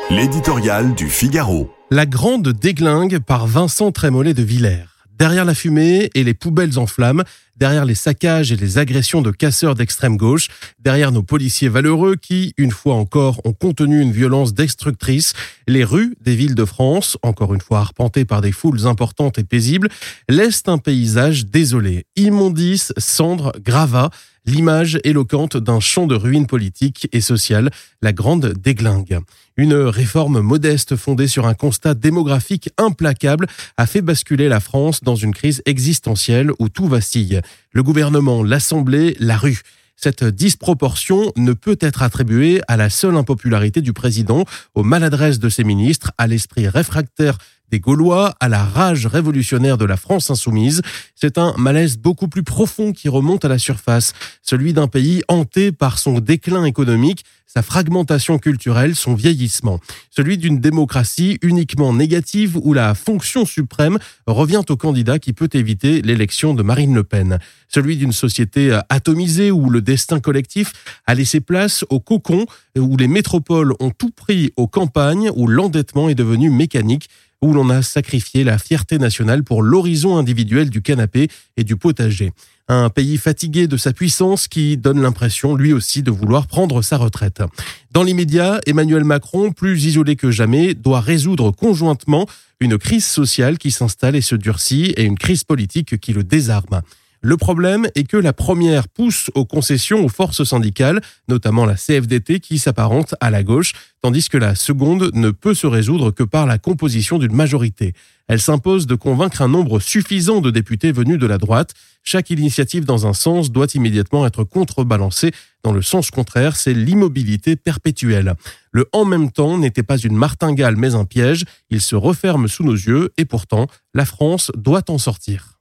L'éditorial du Figaro. La grande déglingue par Vincent Trémollet de Villers. Derrière la fumée et les poubelles en flammes, derrière les saccages et les agressions de casseurs d'extrême gauche, derrière nos policiers valeureux qui, une fois encore, ont contenu une violence destructrice, les rues des villes de France, encore une fois arpentées par des foules importantes et paisibles, laissent un paysage désolé. Immondices, cendres, gravats, l'image éloquente d'un champ de ruines politiques et sociales, la grande déglingue. Une réforme modeste fondée sur un constat démographique implacable a fait basculer la France dans une crise existentielle où tout vacille. Le gouvernement, l'Assemblée, la rue. Cette disproportion ne peut être attribuée à la seule impopularité du président, aux maladresses de ses ministres, à l'esprit réfractaire des Gaulois, à la rage révolutionnaire de la France insoumise. C'est un malaise beaucoup plus profond qui remonte à la surface, celui d'un pays hanté par son déclin économique, sa fragmentation culturelle, son vieillissement. Celui d'une démocratie uniquement négative où la fonction suprême revient au candidat qui peut éviter l'élection de Marine Le Pen. Celui d'une société atomisée où le destin collectif a laissé place au cocon, où les métropoles ont tout pris aux campagnes, où l'endettement est devenu mécanique, où l'on a sacrifié la fierté nationale pour l'horizon individuel du canapé et du potager. Un pays fatigué de sa puissance qui donne l'impression, lui aussi, de vouloir prendre sa retraite. Dans l'immédiat, Emmanuel Macron, plus isolé que jamais, doit résoudre conjointement une crise sociale qui s'installe et se durcit et une crise politique qui le désarme. Le problème est que la première pousse aux concessions aux forces syndicales, notamment la CFDT qui s'apparente à la gauche, tandis que la seconde ne peut se résoudre que par la composition d'une majorité. Elle s'impose de convaincre un nombre suffisant de députés venus de la droite. Chaque initiative dans un sens doit immédiatement être contrebalancée dans le sens contraire, c'est l'immobilité perpétuelle. Le « en même temps » n'était pas une martingale mais un piège, il se referme sous nos yeux et pourtant, la France doit en sortir.